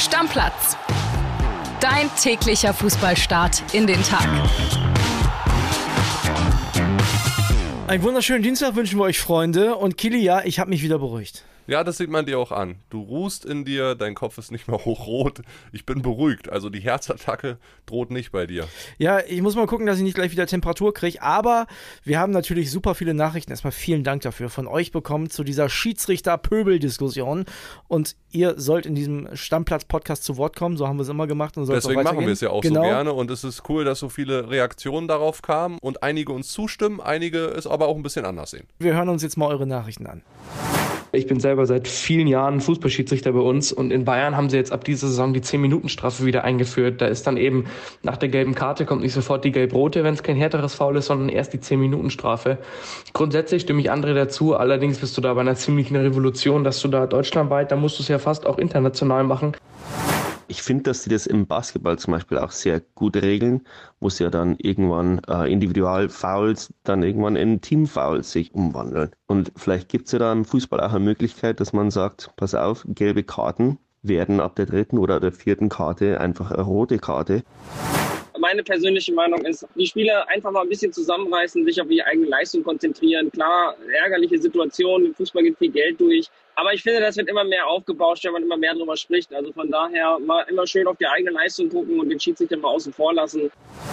Stammplatz. Dein täglicher Fußballstart in den Tag. Einen wunderschönen Dienstag wünschen wir euch, Freunde. Und Kili, ja, ich habe mich wieder beruhigt. Ja, das sieht man dir auch an. Du ruhst in dir, dein Kopf ist nicht mehr hochrot. Ich bin beruhigt. Also die Herzattacke droht nicht bei dir. Ja, ich muss mal gucken, dass ich nicht gleich wieder Temperatur kriege. Aber wir haben natürlich super viele Nachrichten. Erstmal vielen Dank dafür von euch bekommen zu dieser Schiedsrichter-Pöbel-Diskussion. Und ihr sollt in diesem Stammplatz-Podcast zu Wort kommen. So haben wir es immer gemacht. Und deswegen machen wir es ja auch so gerne. Und es ist cool, dass so viele Reaktionen darauf kamen. Und einige uns zustimmen, einige es aber auch ein bisschen anders sehen. Wir hören uns jetzt mal eure Nachrichten an. Ich bin selber seit vielen Jahren Fußballschiedsrichter bei uns und in Bayern haben sie jetzt ab dieser Saison die 10-Minuten-Strafe wieder eingeführt. Da ist dann eben nach der gelben Karte kommt nicht sofort die gelb-rote, wenn es kein härteres Foul ist, sondern erst die 10-Minuten-Strafe. Grundsätzlich stimme ich André dazu, allerdings bist du da bei einer ziemlichen Revolution, dass du da deutschlandweit, da musst du es ja fast auch international machen. Ich finde, dass sie das im Basketball zum Beispiel auch sehr gut regeln, wo sie ja dann irgendwann Individualfouls dann irgendwann in Teamfouls sich umwandeln. Und vielleicht gibt es ja da im Fußball auch eine Möglichkeit, dass man sagt, pass auf, gelbe Karten werden ab der 3. oder der 4. Karte einfach eine rote Karte. Meine persönliche Meinung ist, die Spieler einfach mal ein bisschen zusammenreißen, sich auf ihre eigene Leistung konzentrieren. Klar, ärgerliche Situationen, im Fußball geht viel Geld durch. Aber ich finde, das wird immer mehr aufgebauscht, wenn man immer mehr darüber spricht. Also von daher mal immer schön auf die eigene Leistung gucken und den Schiedsrichter mal außen vor lassen.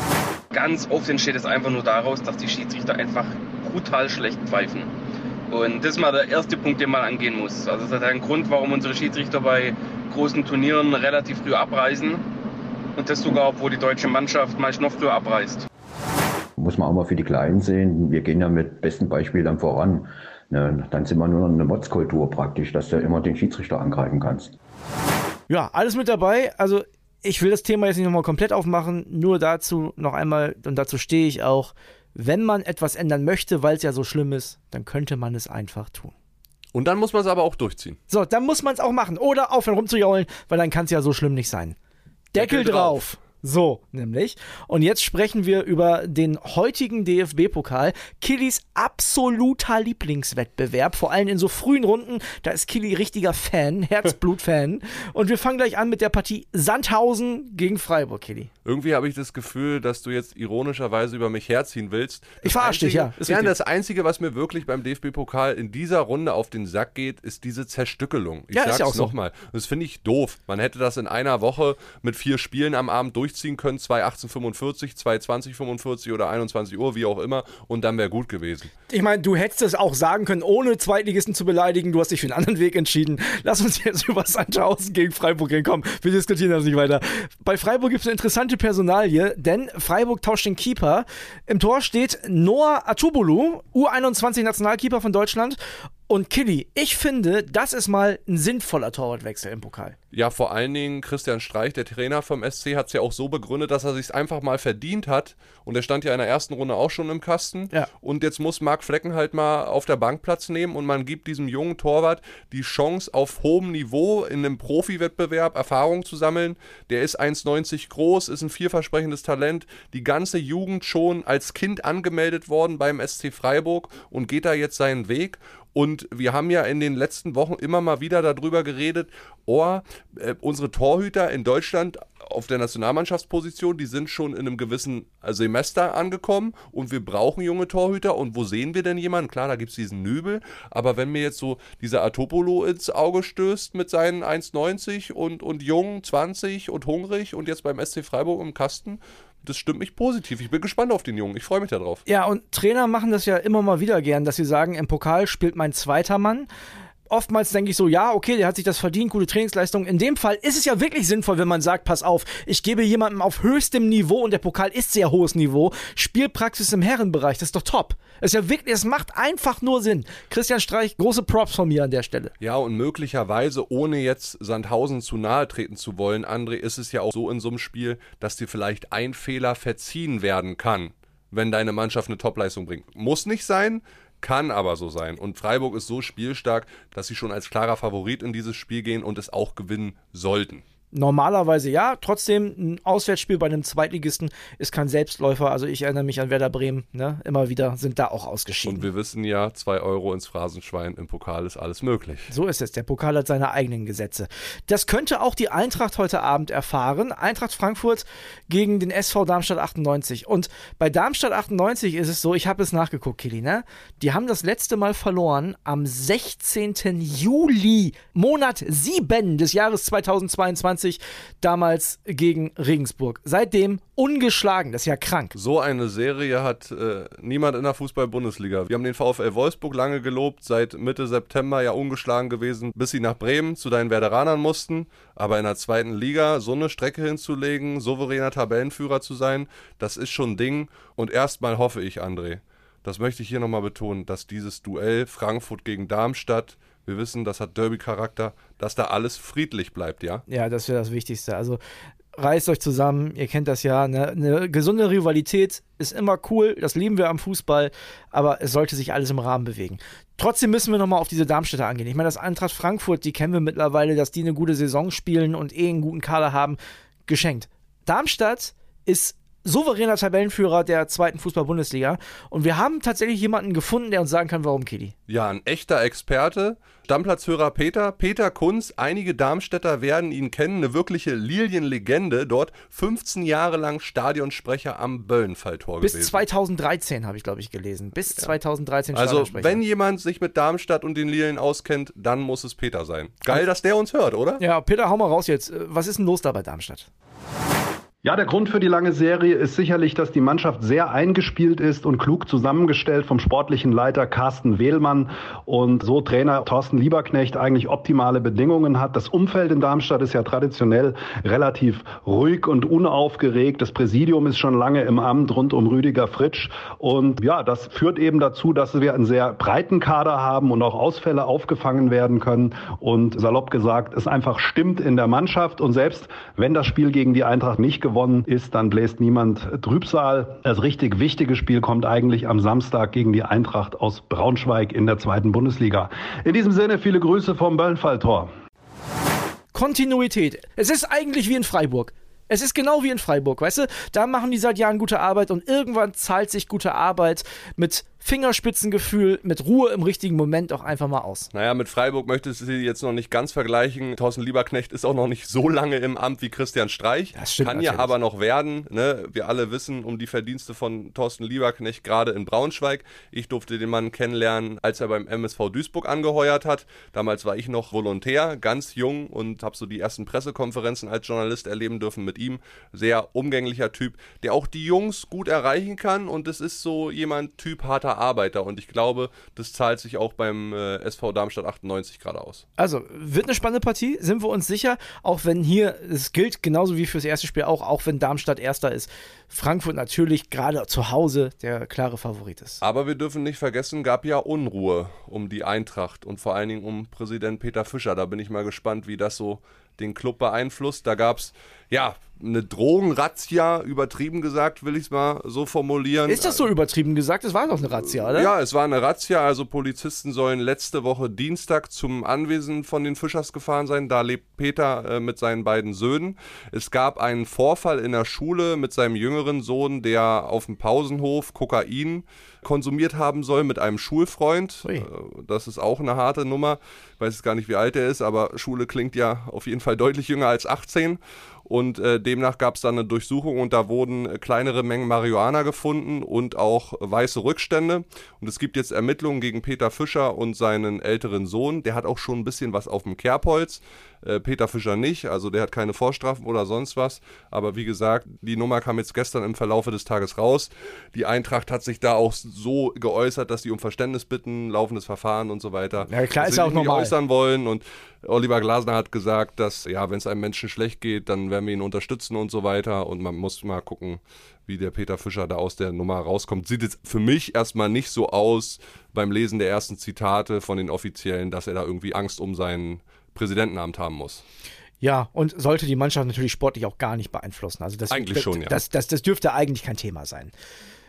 Ganz oft entsteht es einfach nur daraus, dass die Schiedsrichter einfach brutal schlecht pfeifen. Und das ist mal der erste Punkt, den man angehen muss. Also das hat einen Grund, warum unsere Schiedsrichter bei großen Turnieren relativ früh abreisen. Und das sogar, obwohl die deutsche Mannschaft meist noch früher abreist. Muss man auch mal für die Kleinen sehen. Wir gehen ja mit besten Beispielen dann voran. Dann sind wir nur noch eine Motzkultur praktisch, dass du immer den Schiedsrichter angreifen kannst. Ja, alles mit dabei. Also ich will das Thema jetzt nicht nochmal komplett aufmachen. Nur dazu noch einmal, und dazu stehe ich auch, wenn man etwas ändern möchte, weil es ja so schlimm ist, dann könnte man es einfach tun. Und dann muss man es aber auch durchziehen. So, dann muss man es auch machen. Oder aufhören rumzujaulen, weil dann kann es ja so schlimm nicht sein. Deckel drauf. So, nämlich. Und jetzt sprechen wir über den heutigen DFB-Pokal. Kilis absoluter Lieblingswettbewerb, vor allem in so frühen Runden. Da ist Kili richtiger Fan, Herzblut-Fan. Und wir fangen gleich an mit der Partie Sandhausen gegen Freiburg, Kili. Irgendwie habe ich das Gefühl, dass du jetzt ironischerweise über mich herziehen willst. Ich verarsche dich, ja. Das Einzige, was mir wirklich beim DFB-Pokal in dieser Runde auf den Sack geht, ist diese Zerstückelung. Ich sag's ja auch nochmal. So. Das finde ich doof. Man hätte das in einer Woche mit 4 Spielen am Abend durchziehen können, 2:18:45, 2:20:45 oder 21 Uhr, wie auch immer, und dann wäre gut gewesen. Ich meine, du hättest es auch sagen können, ohne Zweitligisten zu beleidigen, du hast dich für einen anderen Weg entschieden. Lass uns jetzt über Sandhausen gegen Freiburg reden. Komm, wir diskutieren das nicht weiter. Bei Freiburg gibt es eine interessante Personalie, denn Freiburg tauscht den Keeper. Im Tor steht Noah Atubulu, U21-Nationalkeeper von Deutschland. Und Kili, ich finde, das ist mal ein sinnvoller Torwartwechsel im Pokal. Ja, vor allen Dingen Christian Streich, der Trainer vom SC, hat es ja auch so begründet, dass er sich einfach mal verdient hat. Und er stand ja in der ersten Runde auch schon im Kasten. Ja. Und jetzt muss Marc Flecken halt mal auf der Bank Platz nehmen und man gibt diesem jungen Torwart die Chance, auf hohem Niveau in einem Profiwettbewerb Erfahrung zu sammeln. Der ist 1,90 groß, ist ein vielversprechendes Talent. Die ganze Jugend schon als Kind angemeldet worden beim SC Freiburg und geht da jetzt seinen Weg. Und wir haben ja in den letzten Wochen immer mal wieder darüber geredet, unsere Torhüter in Deutschland auf der Nationalmannschaftsposition, die sind schon in einem gewissen Semester angekommen und wir brauchen junge Torhüter. Und wo sehen wir denn jemanden? Klar, da gibt es diesen Nübel, aber wenn mir jetzt so dieser Atopolo ins Auge stößt mit seinen 1,90 und jung, 20 und hungrig und jetzt beim SC Freiburg im Kasten, das stimmt mich positiv. Ich bin gespannt auf den Jungen. Ich freue mich darauf. Ja, und Trainer machen das ja immer mal wieder gern, dass sie sagen, im Pokal spielt mein zweiter Mann. Oftmals denke ich so, ja, okay, der hat sich das verdient, gute Trainingsleistung. In dem Fall ist es ja wirklich sinnvoll, wenn man sagt, pass auf, ich gebe jemandem auf höchstem Niveau, und der Pokal ist sehr hohes Niveau, Spielpraxis im Herrenbereich, das ist doch top. Das ist ja wirklich, es macht einfach nur Sinn. Christian Streich, große Props von mir an der Stelle. Ja, und möglicherweise, ohne jetzt Sandhausen zu nahe treten zu wollen, André, ist es ja auch so in so einem Spiel, dass dir vielleicht ein Fehler verziehen werden kann, wenn deine Mannschaft eine Topleistung bringt. Muss nicht sein, kann aber so sein. Und Freiburg ist so spielstark, dass sie schon als klarer Favorit in dieses Spiel gehen und es auch gewinnen sollten. normalerweise ja, trotzdem ein Auswärtsspiel bei einem Zweitligisten ist kein Selbstläufer. Also ich erinnere mich an Werder Bremen, ne? Immer wieder sind da auch ausgeschieden. Und wir wissen ja, 2 Euro ins Phrasenschwein im Pokal ist alles möglich. So ist es, der Pokal hat seine eigenen Gesetze. Das könnte auch die Eintracht heute Abend erfahren. Eintracht Frankfurt gegen den SV Darmstadt 98. Und bei Darmstadt 98 ist es so, ich habe es nachgeguckt, Kili, ne? Die haben das letzte Mal verloren am 16. Juli, Monat 7 des Jahres 2022, damals gegen Regensburg. Seitdem ungeschlagen, das ist ja krank. So eine Serie hat niemand in der Fußball-Bundesliga. Wir haben den VfL Wolfsburg lange gelobt, seit Mitte September ja ungeschlagen gewesen, bis sie nach Bremen zu deinen Werderanern mussten. Aber in der zweiten Liga so eine Strecke hinzulegen, souveräner Tabellenführer zu sein, das ist schon ein Ding. Und erstmal hoffe ich, André, das möchte ich hier nochmal betonen, dass dieses Duell Frankfurt gegen Darmstadt, wir wissen, das hat Derby-Charakter, dass da alles friedlich bleibt, ja? Ja, das wäre das Wichtigste. Also reißt euch zusammen, ihr kennt das ja, ne? Eine gesunde Rivalität ist immer cool, das lieben wir am Fußball, aber es sollte sich alles im Rahmen bewegen. Trotzdem müssen wir nochmal auf diese Darmstädter angehen. Ich meine, das Eintracht Frankfurt, die kennen wir mittlerweile, dass die eine gute Saison spielen und einen guten Kader haben, geschenkt. Darmstadt ist souveräner Tabellenführer der zweiten Fußball-Bundesliga und wir haben tatsächlich jemanden gefunden, der uns sagen kann, warum, Kili. Ja, ein echter Experte, Stammplatzhörer Peter Kunz, einige Darmstädter werden ihn kennen, eine wirkliche Lilienlegende, dort 15 Jahre lang Stadionsprecher am Böllenfalltor gewesen. Bis 2013 habe ich, glaube ich, gelesen. Bis 2013 Also, Stadionsprecher. wenn jemand sich mit Darmstadt und den Lilien auskennt, dann muss es Peter sein. Geil, dass der uns hört, oder? Ja, Peter, hau mal raus jetzt. Was ist denn los da bei Darmstadt? Ja, der Grund für die lange Serie ist sicherlich, dass die Mannschaft sehr eingespielt ist und klug zusammengestellt vom sportlichen Leiter Carsten Wehlmann und so Trainer Thorsten Lieberknecht eigentlich optimale Bedingungen hat. Das Umfeld in Darmstadt ist ja traditionell relativ ruhig und unaufgeregt. Das Präsidium ist schon lange im Amt rund um Rüdiger Fritsch und ja, das führt eben dazu, dass wir einen sehr breiten Kader haben und auch Ausfälle aufgefangen werden können und salopp gesagt, es einfach stimmt in der Mannschaft und selbst wenn das Spiel gegen die Eintracht nicht gewonnen ist, dann bläst niemand Trübsal. Das richtig wichtige Spiel kommt eigentlich am Samstag gegen die Eintracht aus Braunschweig in der zweiten Bundesliga. In diesem Sinne viele Grüße vom Böllenfalltor. Kontinuität. Es ist eigentlich wie in Freiburg. Es ist genau wie in Freiburg, weißt du? Da machen die seit Jahren gute Arbeit und irgendwann zahlt sich gute Arbeit mit Fingerspitzengefühl, mit Ruhe im richtigen Moment auch einfach mal aus. Naja, mit Freiburg möchtest du sie jetzt noch nicht ganz vergleichen. Thorsten Lieberknecht ist auch noch nicht so lange im Amt wie Christian Streich. Das stimmt. Kann natürlich. Ja aber noch werden. Ne? Wir alle wissen um die Verdienste von Thorsten Lieberknecht, gerade in Braunschweig. Ich durfte den Mann kennenlernen, als er beim MSV Duisburg angeheuert hat. Damals war ich noch Volontär, ganz jung und habe so die ersten Pressekonferenzen als Journalist erleben dürfen mit ihm. Sehr umgänglicher Typ, der auch die Jungs gut erreichen kann und es ist so jemand, Typ harter Arbeiter und ich glaube, das zahlt sich auch beim SV Darmstadt 98 gerade aus. Also, wird eine spannende Partie, sind wir uns sicher, auch wenn hier, es gilt genauso wie fürs erste Spiel auch wenn Darmstadt Erster ist, Frankfurt natürlich gerade zu Hause der klare Favorit ist. Aber wir dürfen nicht vergessen, gab ja Unruhe um die Eintracht und vor allen Dingen um Präsident Peter Fischer. Da bin ich mal gespannt, wie das so den Club beeinflusst. Da gab es, ja, eine Drogenrazzia, übertrieben gesagt, will ich es mal so formulieren. Ist das so übertrieben gesagt? Es war doch eine Razzia, oder? Ja, es war eine Razzia. Also Polizisten sollen letzte Woche Dienstag zum Anwesen von den Fischers gefahren sein. Da lebt Peter mit seinen beiden Söhnen. Es gab einen Vorfall in der Schule mit seinem jüngeren Sohn, der auf dem Pausenhof Kokain konsumiert haben soll mit einem Schulfreund. Ui. Das ist auch eine harte Nummer. Ich weiß jetzt gar nicht, wie alt er ist, aber Schule klingt ja auf jeden Fall deutlich jünger als 18. Und demnach gab es dann eine Durchsuchung und da wurden kleinere Mengen Marihuana gefunden und auch weiße Rückstände. Und es gibt jetzt Ermittlungen gegen Peter Fischer und seinen älteren Sohn. Der hat auch schon ein bisschen was auf dem Kerbholz. Peter Fischer nicht, also der hat keine Vorstrafen oder sonst was. Aber wie gesagt, die Nummer kam jetzt gestern im Verlaufe des Tages raus. Die Eintracht hat sich da auch so geäußert, dass sie um Verständnis bitten, laufendes Verfahren und so weiter. Ja, klar, ist ja auch normal. Äußern wollen und Oliver Glasner hat gesagt, dass ja, wenn es einem Menschen schlecht geht, dann werden wir ihn unterstützen und so weiter und man muss mal gucken, wie der Peter Fischer da aus der Nummer rauskommt. Sieht jetzt für mich erstmal nicht so aus beim Lesen der ersten Zitate von den Offiziellen, dass er da irgendwie Angst um sein Präsidentenamt haben muss. Ja, und sollte die Mannschaft natürlich sportlich auch gar nicht beeinflussen. Also das, eigentlich schon, ja. Das dürfte eigentlich kein Thema sein.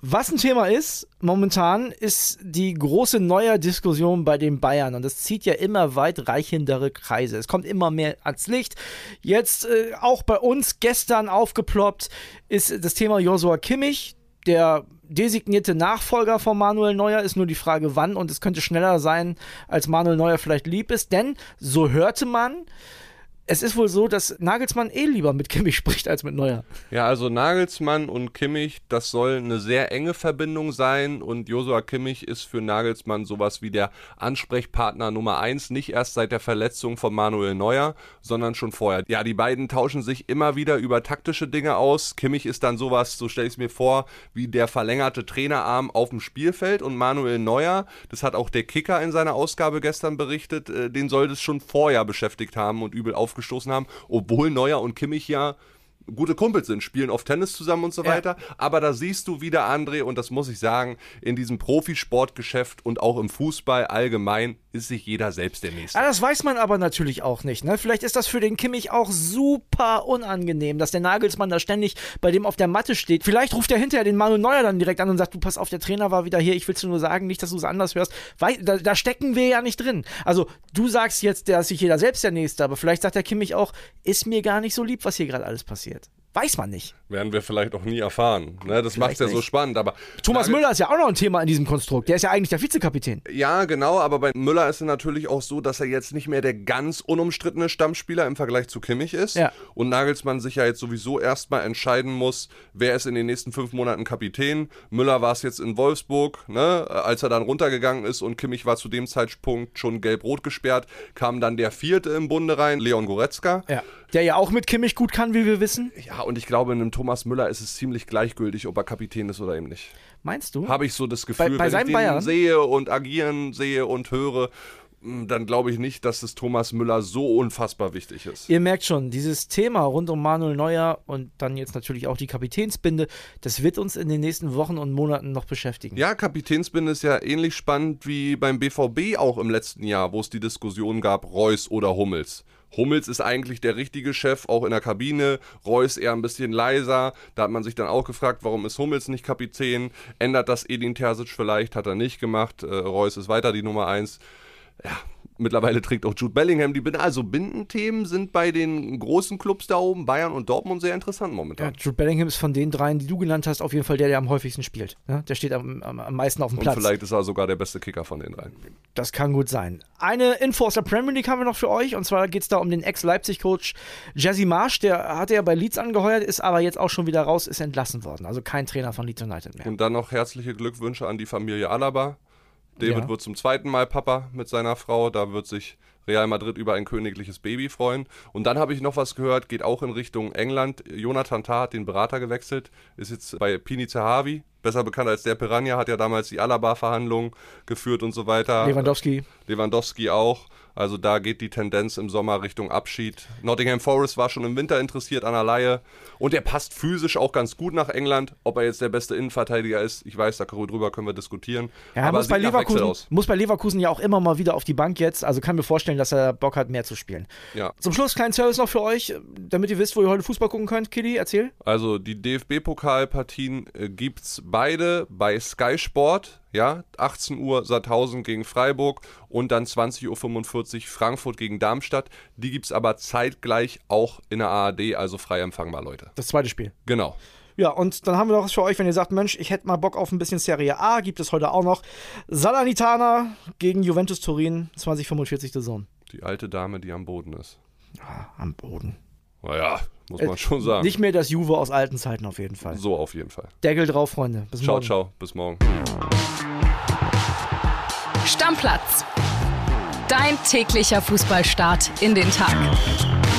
Was ein Thema ist, momentan ist die große Neuer-Diskussion bei den Bayern und das zieht ja immer weit reichendere Kreise. Es kommt immer mehr ans Licht. Jetzt auch bei uns gestern aufgeploppt ist das Thema Joshua Kimmich, der designierte Nachfolger von Manuel Neuer, ist nur die Frage wann und es könnte schneller sein, als Manuel Neuer vielleicht lieb ist, denn so hörte man, es ist wohl so, dass Nagelsmann lieber mit Kimmich spricht als mit Neuer. Ja, also Nagelsmann und Kimmich, das soll eine sehr enge Verbindung sein und Joshua Kimmich ist für Nagelsmann sowas wie der Ansprechpartner Nummer 1, nicht erst seit der Verletzung von Manuel Neuer, sondern schon vorher. Ja, die beiden tauschen sich immer wieder über taktische Dinge aus. Kimmich ist dann sowas, so stelle ich es mir vor, wie der verlängerte Trainerarm auf dem Spielfeld und Manuel Neuer, das hat auch der Kicker in seiner Ausgabe gestern berichtet, den soll das schon vorher beschäftigt haben und übel aufgestoßen haben, obwohl Neuer und Kimmich ja gute Kumpels sind, spielen oft Tennis zusammen und so weiter, aber da siehst du wieder, André, und das muss ich sagen, in diesem Profisportgeschäft und auch im Fußball allgemein ist sich jeder selbst der Nächste. Das weiß man aber natürlich auch nicht, ne? Vielleicht ist das für den Kimmich auch super unangenehm, dass der Nagelsmann da ständig bei dem auf der Matte steht. Vielleicht ruft er hinterher den Manuel Neuer dann direkt an und sagt, du pass auf, der Trainer war wieder hier, ich will es dir nur sagen, nicht, dass du es anders hörst. Da stecken wir ja nicht drin. Also du sagst jetzt, dass sich jeder selbst der Nächste, aber vielleicht sagt der Kimmich auch, ist mir gar nicht so lieb, was hier gerade alles passiert. Weiß man nicht. Werden wir vielleicht auch nie erfahren. Ne? Das macht es ja so spannend. Aber Thomas Müller ist ja auch noch ein Thema in diesem Konstrukt. Der ist ja eigentlich der Vizekapitän. Ja, genau. Aber bei Müller ist es natürlich auch so, dass er jetzt nicht mehr der ganz unumstrittene Stammspieler im Vergleich zu Kimmich ist. Ja. Und Nagelsmann sich ja jetzt sowieso erstmal entscheiden muss, wer ist in den nächsten 5 Monaten Kapitän. Müller war es jetzt in Wolfsburg, ne? Als er dann runtergegangen ist und Kimmich war zu dem Zeitpunkt schon gelb-rot gesperrt, kam dann der 4. im Bunde rein, Leon Goretzka. Ja. Der ja auch mit Kimmich gut kann, wie wir wissen. Ja, und ich glaube, einem Thomas Müller ist es ziemlich gleichgültig, ob er Kapitän ist oder eben nicht. Meinst du? Habe ich so das Gefühl, bei wenn ich den Bayern sehe und agieren sehe und höre, dann glaube ich nicht, dass es Thomas Müller so unfassbar wichtig ist. Ihr merkt schon, dieses Thema rund um Manuel Neuer und dann jetzt natürlich auch die Kapitänsbinde, das wird uns in den nächsten Wochen und Monaten noch beschäftigen. Ja, Kapitänsbinde ist ja ähnlich spannend wie beim BVB auch im letzten Jahr, wo es die Diskussion gab, Reus oder Hummels. Hummels ist eigentlich der richtige Chef, auch in der Kabine. Reus eher ein bisschen leiser. Da hat man sich dann auch gefragt, warum ist Hummels nicht Kapitän? Ändert das Edin Terzic vielleicht? Hat er nicht gemacht. Reus ist weiter die Nummer 1. Ja, mittlerweile trägt auch Jude Bellingham die Binde. Also Bindenthemen sind bei den großen Clubs da oben, Bayern und Dortmund, sehr interessant momentan. Ja, Jude Bellingham ist von den dreien, die du genannt hast, auf jeden Fall der am häufigsten spielt. Ja, der steht am meisten auf dem Platz. Und vielleicht ist er sogar der beste Kicker von den dreien. Das kann gut sein. Eine Info aus der Premier League haben wir noch für euch. Und zwar geht es da um den Ex-Leipzig-Coach Jesse Marsch. Der hatte ja bei Leeds angeheuert, ist aber jetzt auch schon wieder raus, ist entlassen worden. Also kein Trainer von Leeds United mehr. Und dann noch herzliche Glückwünsche an die Familie Alaba. David wird zum 2. Mal Papa mit seiner Frau. Da wird sich Real Madrid über ein königliches Baby freuen. Und dann habe ich noch was gehört, geht auch in Richtung England. Jonathan Tah hat den Berater gewechselt, ist jetzt bei Pini Zahavi, besser bekannt als der Piranha, hat ja damals die Alaba-Verhandlungen geführt und so weiter. Lewandowski auch. Also da geht die Tendenz im Sommer Richtung Abschied. Nottingham Forest war schon im Winter interessiert an der Leihe. Und er passt physisch auch ganz gut nach England. Ob er jetzt der beste Innenverteidiger ist, ich weiß, drüber können wir diskutieren. Ja, er muss bei Leverkusen ja auch immer mal wieder auf die Bank jetzt. Also kann mir vorstellen, dass er Bock hat, mehr zu spielen. Ja. Zum Schluss kleinen Service noch für euch, damit ihr wisst, wo ihr heute Fußball gucken könnt. Kili, erzähl. Also die DFB-Pokalpartien gibt's beide bei Sky Sport. Ja, 18 Uhr Sandhausen gegen Freiburg und dann 20.45 Uhr Frankfurt gegen Darmstadt. Die gibt es aber zeitgleich auch in der ARD, also frei empfangbar, Leute. Das zweite Spiel. Genau. Ja, und dann haben wir noch was für euch, wenn ihr sagt, Mensch, ich hätte mal Bock auf ein bisschen Serie A, gibt es heute auch noch. Salernitana gegen Juventus Turin, 2045 DAZN. Die alte Dame, die am Boden ist. Ja, am Boden. Naja, muss man schon sagen. Nicht mehr das Juve aus alten Zeiten auf jeden Fall. So auf jeden Fall. Deckel drauf, Freunde. Bis morgen. Ciao, bis morgen. Stammplatz. Dein täglicher Fußballstart in den Tag.